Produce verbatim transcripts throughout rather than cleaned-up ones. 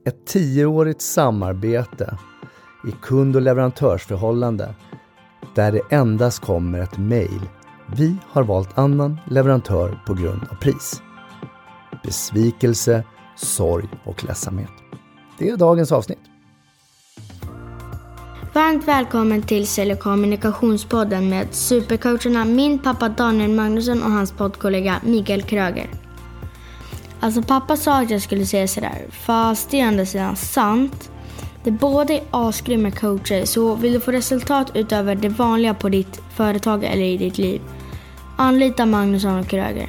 Ett tioårigt samarbete i kund- och leverantörsförhållande där det endast kommer ett mejl. Vi har valt annan leverantör på grund av pris. Besvikelse, sorg och ledsamhet. Det är dagens avsnitt. Varmt välkommen till Sälj- och kommunikationspodden med supercoacherna min pappa Daniel Magnusson och hans poddkollega Mikael Kröger. Alltså pappa sa att jag skulle säga sådär, fast det är ändå sedan sant. Det båda är asgrymma coacher, så vill du få resultat utöver det vanliga på ditt företag eller i ditt liv, anlita Magnusson och Kröger.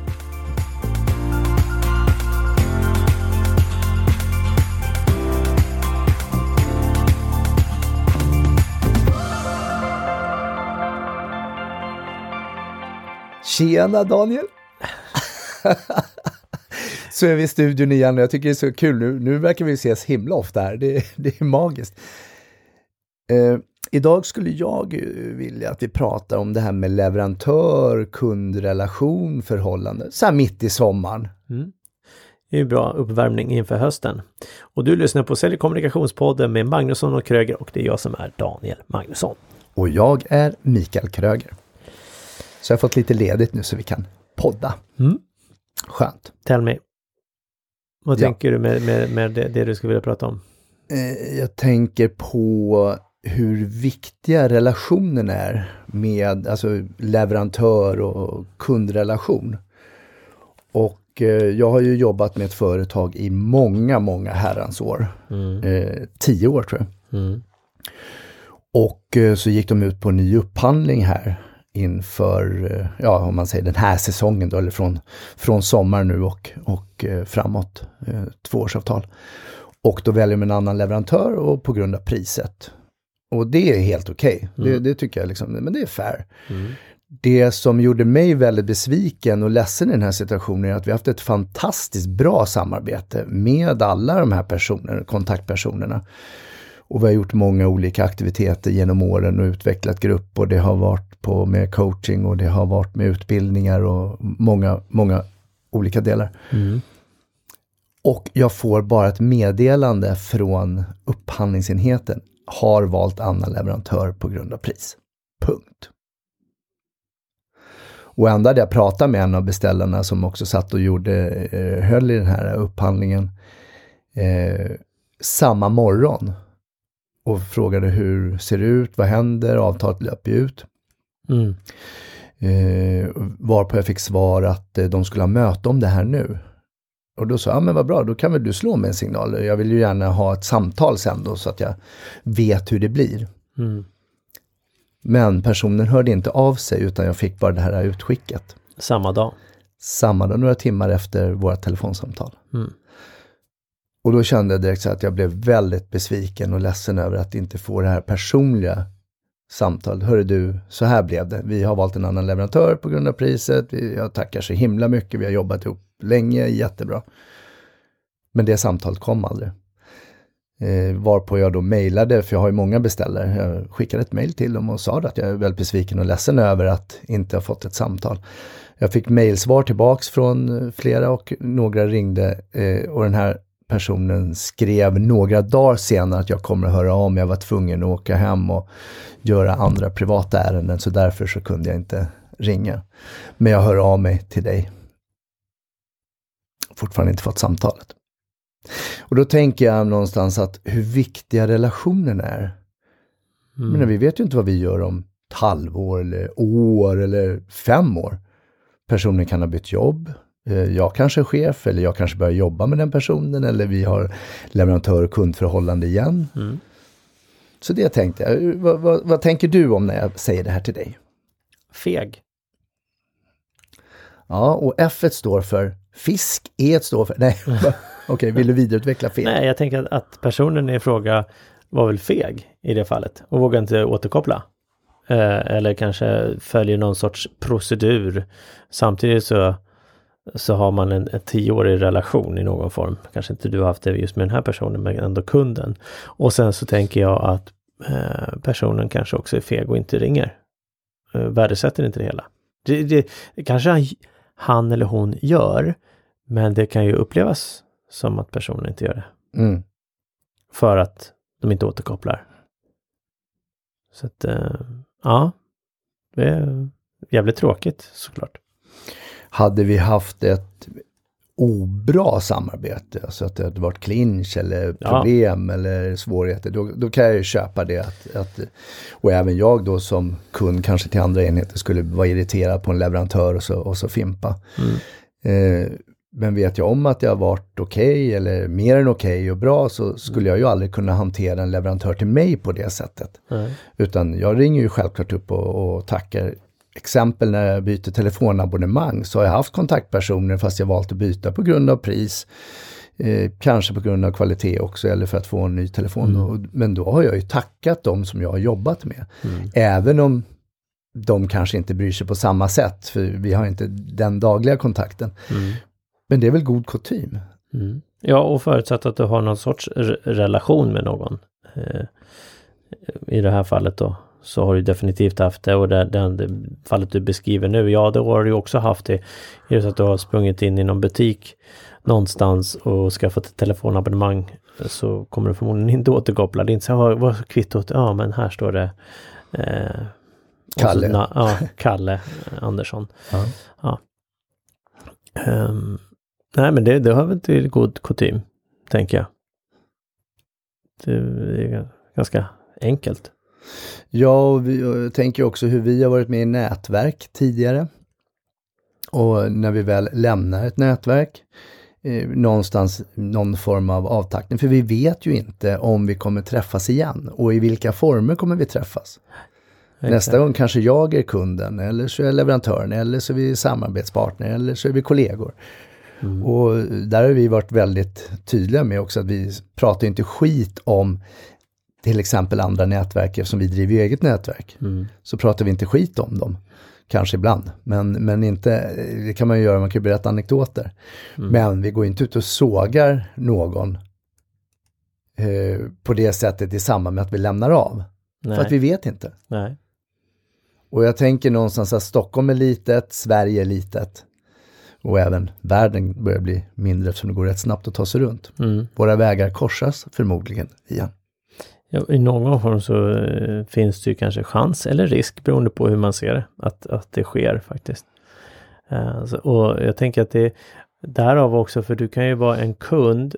Tjena Daniel! Så är vi i studion igen och jag tycker det är så kul. Nu, nu verkar vi ses himla ofta här. Det, det är magiskt. Eh, idag skulle jag vilja att vi pratar om det här med leverantör, kundrelation, förhållande. Så här mitt i sommaren. Mm. Det är ju bra uppvärmning inför hösten. Och du lyssnar på Sälj- och kommunikationspodden med Magnusson och Kröger och det är jag som är Daniel Magnusson. Och jag är Mikael Kröger. Så jag har fått lite ledigt nu så vi kan podda. Mm. Skönt. Tell me. Vad Ja. tänker du med, med, med det, det du skulle vilja prata om? Eh, jag tänker på hur viktiga relationen är med alltså leverantör och kundrelation. Och eh, jag har ju jobbat med ett företag i många, många herrans år. Mm. Eh, tio år tror jag. Mm. Och eh, så gick de ut på en ny upphandling här inför, ja om man säger den här säsongen då, eller från, från sommar nu och, och eh, framåt, eh, tvåårsavtal. Och då väljer man en annan leverantör och på grund av priset. Och det är helt okej. Okay. Mm. Det, det tycker jag liksom, men det är fair. Mm. Det som gjorde mig väldigt besviken och ledsen i den här situationen är att vi har haft ett fantastiskt bra samarbete med alla de här personerna, kontaktpersonerna. Och vi har gjort många olika aktiviteter genom åren och utvecklat grupp och det har varit på med coaching och det har varit med utbildningar och många, många olika delar. Mm. Och jag får bara ett meddelande från upphandlingsenheten. Har valt annan leverantör på grund av pris. Punkt. Och ända där jag pratade med en av beställarna som också satt och gjorde, eh, höll i den här upphandlingen eh, samma morgon. Och frågade hur ser det ut, vad händer, avtalet löper ut. Mm. Eh, varpå jag fick svar att eh, de skulle ha möte om det här nu. Och då sa jag, ja men vad bra, då kan väl du slå mig en signal. Jag vill ju gärna ha ett samtal sen då så att jag vet hur det blir. Mm. Men personen hörde inte av sig utan jag fick bara det här utskicket. Samma dag. Samma dag, några timmar efter våra telefonsamtal. Mm. Och då kände jag direkt så att jag blev väldigt besviken och ledsen över att inte få det här personliga samtalet. Hörru du, så här blev det. Vi har valt en annan leverantör på grund av priset. Jag tackar så himla mycket. Vi har jobbat ihop länge, jättebra. Men det samtalet kom aldrig. Eh, varpå jag då mejlade, för jag har ju många beställare. Jag skickade ett mejl till dem och sa att jag är väldigt besviken och ledsen över att inte ha fått ett samtal. Jag fick mejlsvar tillbaks från flera och några ringde eh, och den här personen skrev några dagar senare att jag kommer att höra av mig. Jag var tvungen att åka hem och göra andra privata ärenden så därför så kunde jag inte ringa. Men jag hör av mig till dig. Fortfarande inte fått samtalet. Och då tänker jag någonstans att hur viktiga relationen är. Mm. Men vi vet ju inte vad vi gör om ett halvår eller år eller fem år. Personen kan ha bytt jobb. Jag kanske är chef eller jag kanske börjar jobba med den personen eller vi har leverantör- och kundförhållande igen. Mm. Så det tänkte jag. Vad, vad, vad tänker du om när jag säger det här till dig? Feg. Ja, och F står för fisk, E står för... Nej, okej, okay, vill du vidareutveckla fel? Nej, jag tänker att personen i fråga var väl feg i det fallet och vågar inte återkoppla. Eh, eller kanske följer någon sorts procedur. Samtidigt så så har man en, en tioårig relation i någon form. Kanske inte du har haft det just med den här personen, men ändå kunden. Och sen så tänker jag att eh, personen kanske också är feg och inte ringer. Eh, värdesätter inte det hela. Det, det, det kanske han, han eller hon gör, men det kan ju upplevas som att personen inte gör det. Mm. För att de inte återkopplar. Så att, eh, ja, det är jävligt tråkigt såklart. Hade vi haft ett obra samarbete, alltså att det hade varit clinch eller problem ja. eller svårigheter, då, då kan jag ju köpa det. Att, att, och även jag då som kund kanske till andra enheter skulle vara irriterad på en leverantör och så, och så fimpa. Mm. Eh, men vet jag om att jag har varit okej okay, eller mer än okej okay och bra, så skulle jag ju aldrig kunna hantera en leverantör till mig på det sättet. Mm. Utan jag ringer ju självklart upp och, och tackar. Exempel när jag byter telefonabonnemang, så har jag haft kontaktpersoner fast jag valt att byta på grund av pris. Eh, kanske på grund av kvalitet också, eller för att få en ny telefon. Mm. Men då har jag ju tackat dem som jag har jobbat med. Mm. Även om de kanske inte bryr sig på samma sätt, för vi har inte den dagliga kontakten. Mm. Men det är väl god kutym. Mm. Ja, och förutsatt att du har någon sorts re- relation med någon. Eh, I det här fallet då. Så har du definitivt haft det, och det, det, det fallet du beskriver nu, ja, det har du också haft det. Är det så att du har sprungit in i någon butik någonstans och skaffat ett telefonabonnemang, så kommer du förmodligen inte återkoppla. Det är inte så här, vad kvittot? Ja, men här står det eh, Kalle. Så, na, ja, Kalle Andersson. Ja. Ja. Um, nej, men det, det har väl till god kutym, tänker jag. Det är ganska enkelt. Ja, och vi, och jag tänker också hur vi har varit med i nätverk tidigare. Och när vi väl lämnar ett nätverk, eh, någonstans någon form av avtackning. För vi vet ju inte om vi kommer träffas igen. Och i vilka former kommer vi träffas. Exakt. Nästa gång kanske jag är kunden, eller så är jag leverantören, eller så är vi samarbetspartner, eller så är vi kollegor. Mm. Och där har vi varit väldigt tydliga med också att vi pratar inte skit om till exempel andra nätverk, eftersom vi driver eget nätverk. Mm. Så pratar vi inte skit om dem. Kanske ibland. Men, men inte, det kan man ju göra, man kan ju berätta anekdoter. Mm. Men vi går inte ut och sågar någon eh, på det sättet i samband med att vi lämnar av. Nej. För att vi vet inte. Nej. Och jag tänker någonstans att Stockholm är litet, Sverige är litet. Och även världen börjar bli mindre, eftersom det går rätt snabbt att ta sig runt. Mm. Våra vägar korsas förmodligen igen. Ja, i någon form så eh, finns det ju kanske chans eller risk, beroende på hur man ser det, att, att det sker faktiskt. Uh, så, och jag tänker att det därav också, för du kan ju vara en kund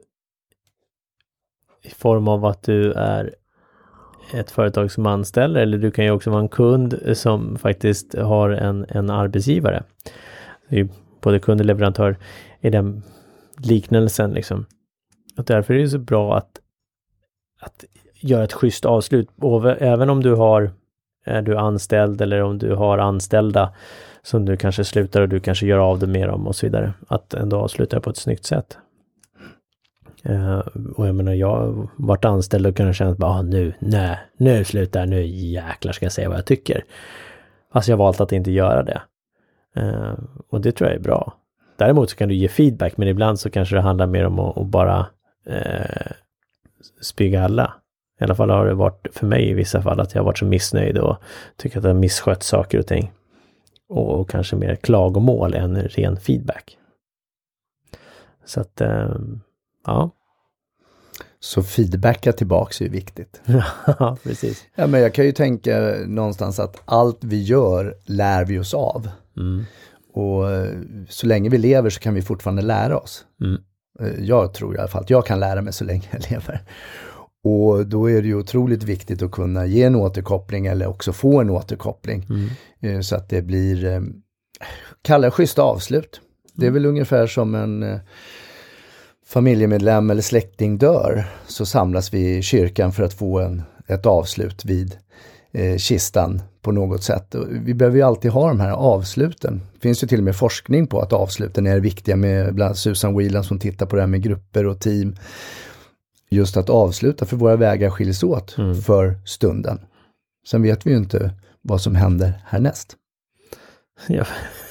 i form av att du är ett företag som anställer, eller du kan ju också vara en kund som faktiskt har en, en arbetsgivare. Det är ju både kund och leverantör i den liknelsen liksom. Och därför är det så bra att, att göra ett schysst avslut. Och även om du har är du anställd, eller om du har anställda som du kanske slutar och du kanske gör av det med dem och så vidare. Att ändå avsluta på ett snyggt sätt. Uh, och jag menar, jag har varit anställd och kunnat känna att ah, nu, nej, nu slutar nu jäklar ska jag säga vad jag tycker. Alltså jag har valt att inte göra det. Uh, och det tror jag är bra. Däremot så kan du ge feedback, men ibland så kanske det handlar mer om att, att bara uh, spyga alla. I alla fall har det varit för mig i vissa fall att jag har varit så missnöjd och tycker att jag har misskött saker och ting. Och, och kanske mer klagomål än ren feedback. Så att, uh, ja. Så feedbacka tillbaks är ju viktigt. Ja, precis. Ja, men jag kan ju tänka någonstans att allt vi gör lär vi oss av. Mm. Och så länge vi lever så kan vi fortfarande lära oss. Mm. Jag tror i alla fall att jag kan lära mig så länge jag lever. Och då är det ju otroligt viktigt att kunna ge en återkoppling eller också få en återkoppling. Mm. Så att det blir, kalla schyssta avslut. Det är väl ungefär som en familjemedlem eller släkting dör, så samlas vi i kyrkan för att få en, ett avslut vid eh, kistan på något sätt. Och vi behöver ju alltid ha de här avsluten. Det finns ju till och med forskning på att avsluten är viktiga, med bland annat Susan Whelan som tittar på det här med grupper och team. Just att avsluta, för våra vägar skiljs åt mm. för stunden. Sen vet vi ju inte vad som händer härnäst. Ja.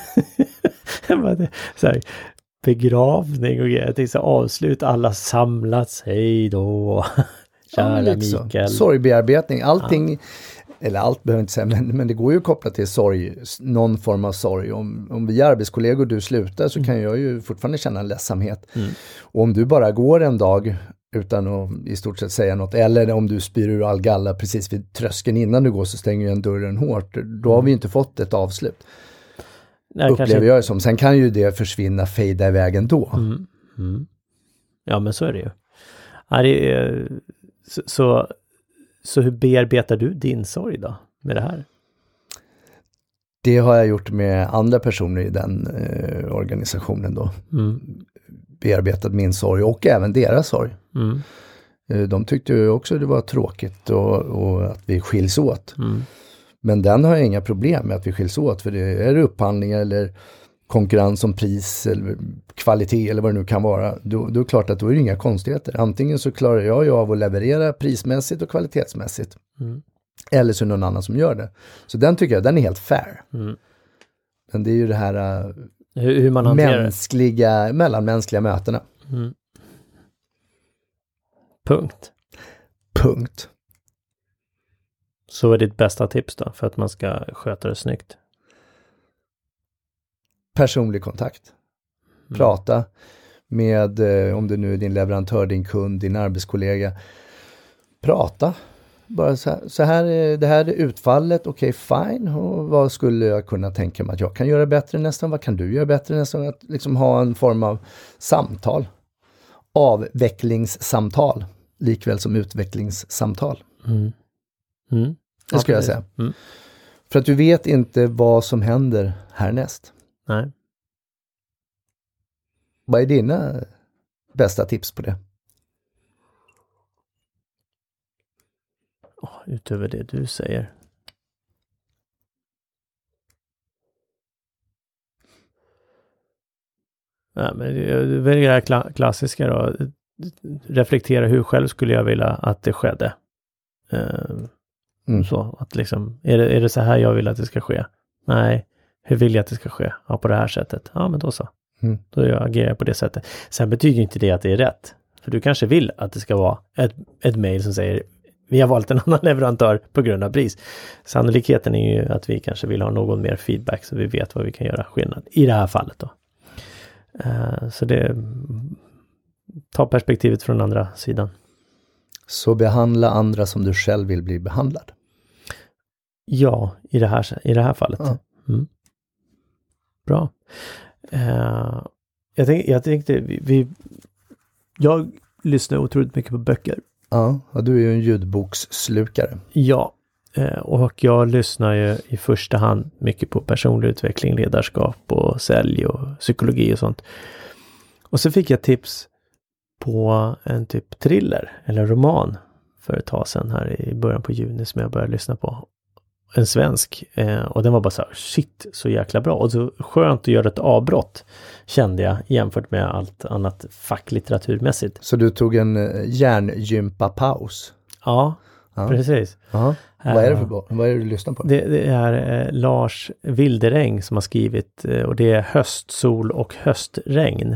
Så här, begravning och grejer. Jag tänkte så avslut, alla samlats, hej då. Kära ja, Mikael. Sorgbearbetning, allting, ja. Eller allt behöver jag inte säga, men, men det går ju kopplat till sorg, någon form av sorg. Om, om vi är arbetskollegor och du slutar så mm. kan jag ju fortfarande känna en ledsamhet. Mm. Och om du bara går en dag utan att i stort sett säga något. Eller om du spyr ur all galla precis vid tröskeln innan du går så stänger ju en dörren hårt. Då har vi inte fått ett avslut. Nej, upplever kanske... jag det som. Sen kan ju det försvinna, fejda iväg ändå. Mm. Mm. Ja, men så är det ju. Ja, det är, så, så, så hur bearbetar du din sorg då med det här? Det har jag gjort med andra personer i den eh, organisationen då. Mm. Bearbetat min sorg och även deras sorg. Mm. Eh, de tyckte ju också det var tråkigt och, och att vi skiljs åt. Mm. Men den har jag inga problem med att vi skiljs åt, för det är upphandlingar eller konkurrens om pris eller kvalitet eller vad det nu kan vara. Då, då är det klart att då är det inga konstigheter. Antingen så klarar jag ju av att leverera prismässigt och kvalitetsmässigt. Mm. Eller så är det någon annan som gör det. Så den tycker jag, den är helt fair. Mm. Men det är ju det här uh, hur, hur man hanterar mänskliga, det. mellanmänskliga mötena. Mm. Punkt. Punkt. Så är ditt bästa tips då för att man ska sköta det snyggt? Personlig kontakt. Mm. Prata med, eh, om det nu är din leverantör, din kund, din arbetskollega. Prata. Bara så här, så här är, det här är utfallet, okej, okay, fine. Och vad skulle jag kunna tänka mig att jag kan göra bättre nästan? Vad kan du göra bättre nästan? Att liksom ha en form av samtal. Avvecklingssamtal. Likväl som utvecklingssamtal. Mm. Mm. Det ska ja, jag säga. Mm. För att du vet inte vad som händer härnäst. Nej. Vad är dina bästa tips på det? Oh, utöver det du säger. Ja, men det väljer det här klassiska då. Reflektera, hur själv skulle jag vilja att det skedde. Uh, mm. Så att liksom, är det, är det så här jag vill att det ska ske? Nej. Hur vill jag att det ska ske? Ja, på det här sättet. Ja, men då så. Mm. Då jag agerar jag på det sättet. Sen betyder inte det att det är rätt. För du kanske vill att det ska vara ett, ett mejl som säger vi har valt en annan leverantör på grund av pris. Sannolikheten är ju att vi kanske vill ha någon mer feedback så vi vet vad vi kan göra skillnad. I det här fallet då. Uh, så det ta perspektivet från andra sidan. Så behandla andra som du själv vill bli behandlad. Ja, i det här, i det här fallet. Ja. Mm. Bra. Uh, jag, tänk, jag tänkte, vi, vi, jag lyssnar otroligt mycket på böcker. Ja, och du är ju en ljudboksslukare. Ja, uh, och jag lyssnar ju i första hand mycket på personlig utveckling, ledarskap och sälj och psykologi och sånt. Och så fick jag tips på en typ thriller eller roman för ett tag sedan här i början på juni som jag började lyssna på. En svensk. Eh, och den var bara så här, shit, så jäkla bra. Och så skönt att göra ett avbrott, kände jag, jämfört med allt annat facklitteraturmässigt. Så du tog en uh, hjärngympa-paus? Ja, ja, precis. Uh-huh. Uh, vad är det för bra? Vad är det du lyssnar på? Det, det är eh, Lars Wilderäng som har skrivit, eh, och det är Höstsol och höstregn.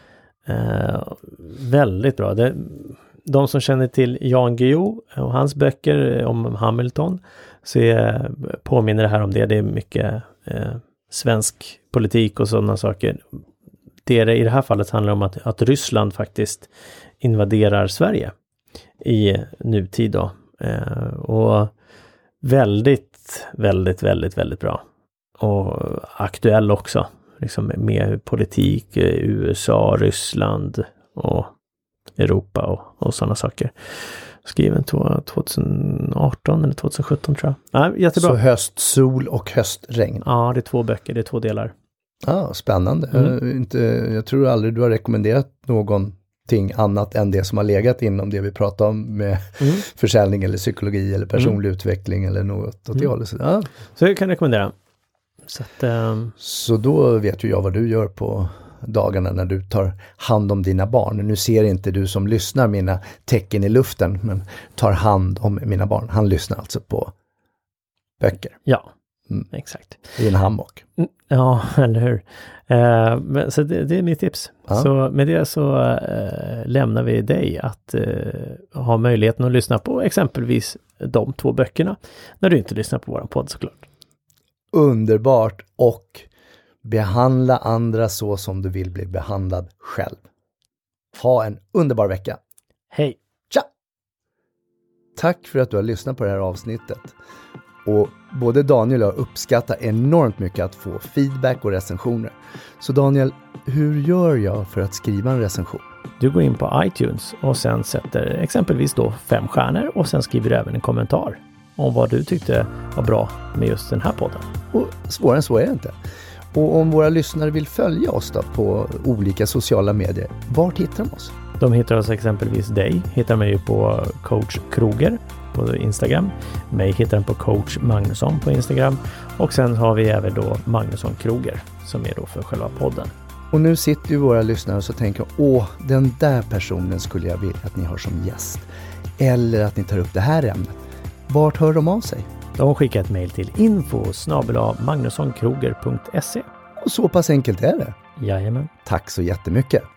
Eh, väldigt bra. Det, de som känner till Jan Guillou och hans böcker om Hamilton, så är, påminner det här om det. Det är mycket eh, svensk politik och sådana saker. Det, det i det här fallet handlar om att, att Ryssland faktiskt invaderar Sverige i nutid då. Eh, och väldigt, väldigt, väldigt, väldigt bra. Och aktuell också. Liksom med politik, U S A, Ryssland och Europa och, och sådana saker. Skriven tjugoarton eller tjugosjutton tror jag. Ja, jättebra. Så höstsol och höstregn. Ja, det är två böcker, det är två delar. Ja, spännande. Mm. Jag, inte, jag tror aldrig du har rekommenderat någonting annat än det som har legat inom det vi pratar om med mm. försäljning eller psykologi eller personlig mm. utveckling eller något åt det hållet. Så, ja. Så jag kan rekommendera. Så, att, um... så då vet ju jag vad du gör på dagarna när du tar hand om dina barn. Nu ser inte du som lyssnar mina tecken i luften, men tar hand om mina barn. Han lyssnar alltså på böcker. Ja, mm. exakt. I en hammock. Ja, eller hur. Uh, men, så det, det är mitt tips. Ja. Så med det så uh, lämnar vi dig att uh, ha möjligheten att lyssna på exempelvis de två böckerna när du inte lyssnar på våran podd såklart. Underbart, och behandla andra så som du vill bli behandlad själv. Ha en underbar vecka. Hej! Tja! Tack för att du har lyssnat på det här avsnittet. Och både Daniel och jag uppskattar enormt mycket att få feedback och recensioner. Så Daniel, hur gör jag för att skriva en recension? Du går in på iTunes och sen sätter exempelvis då fem stjärnor och sen skriver du även en kommentar om vad du tyckte var bra med just den här podden. Och svårare än så är det inte. Och om våra lyssnare vill följa oss då på olika sociala medier, vart hittar de oss? De hittar oss exempelvis dig, hittar mig på Coach Kroger på Instagram. Mig hittar den på Coach Magnusson på Instagram. Och sen har vi även då Magnusson Kroger som är då för själva podden. Och nu sitter ju våra lyssnare och så tänker åh, den där personen skulle jag vilja att ni har som gäst. Eller att ni tar upp det här ämnet. Vart hör de av sig? De skickar ett mejl till info snabel-a magnussonkroger punkt se. Och så pass enkelt är det. Jajamän. Tack så jättemycket.